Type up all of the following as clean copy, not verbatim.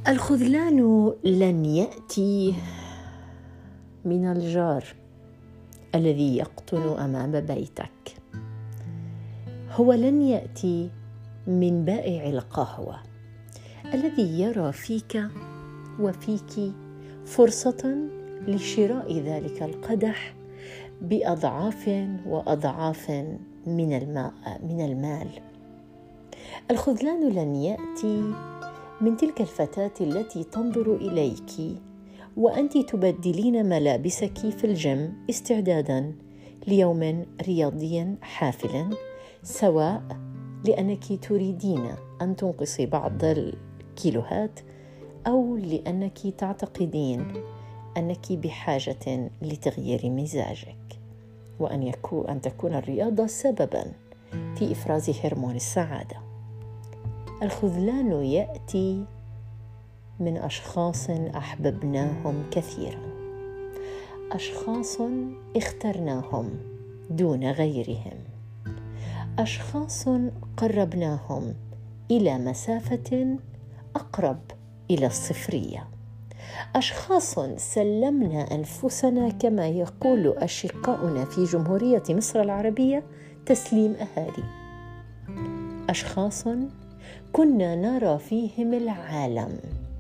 الخذلان لن يأتي من الجار الذي يقطن أمام بيتك، هو لن يأتي من بائع القهوة الذي يرى فيك وفيك فرصة لشراء ذلك القدح بأضعاف وأضعاف من المال. الخذلان لن يأتي من تلك الفتاة التي تنظر إليك وأنت تبدلين ملابسك في الجيم استعدادا ليوم رياضي حافل، سواء لأنك تريدين أن تنقصي بعض الكيلوهات أو لأنك تعتقدين أنك بحاجة لتغيير مزاجك، وأن تكون الرياضة سببا في إفراز هرمون السعادة. الخذلان يأتي من أشخاص أحببناهم كثيرا، أشخاص اخترناهم دون غيرهم، أشخاص قربناهم إلى مسافة أقرب إلى الصفرية، أشخاص سلمنا أنفسنا كما يقول أشقاؤنا في جمهورية مصر العربية تسليم أهالي، أشخاص كنا نرى فيهم العالم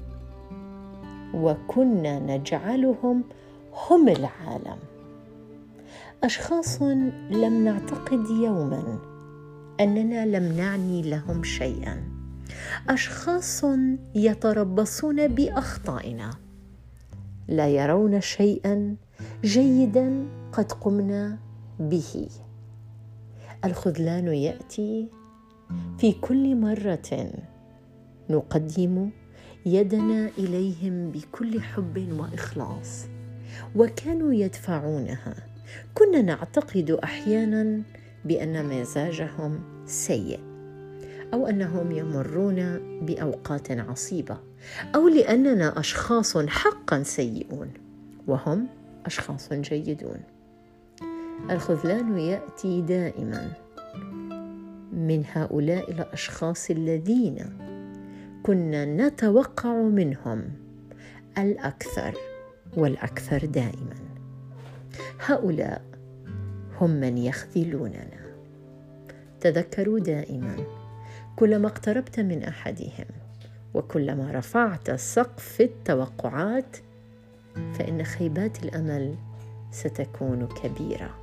وكنا نجعلهم هم العالم، أشخاص لم نعتقد يوما أننا لم نعني لهم شيئا، أشخاص يتربصون بأخطائنا، لا يرون شيئا جيدا قد قمنا به. الخذلان يأتي في كل مرة نقدم يدنا إليهم بكل حب وإخلاص وكانوا يدفعونها. كنا نعتقد أحيانا بأن مزاجهم سيء، أو أنهم يمرون بأوقات عصيبة، أو لأننا أشخاص حقا سيئون وهم أشخاص جيدون. الخذلان يأتي دائما من هؤلاء الأشخاص الذين كنا نتوقع منهم الأكثر والأكثر دائما. هؤلاء هم من يخذلوننا. تذكروا دائما، كلما اقتربت من أحدهم وكلما رفعت سقف التوقعات فإن خيبات الأمل ستكون كبيرة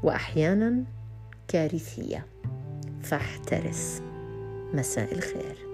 وأحيانا كارثية، فاحترس. مساء الخير.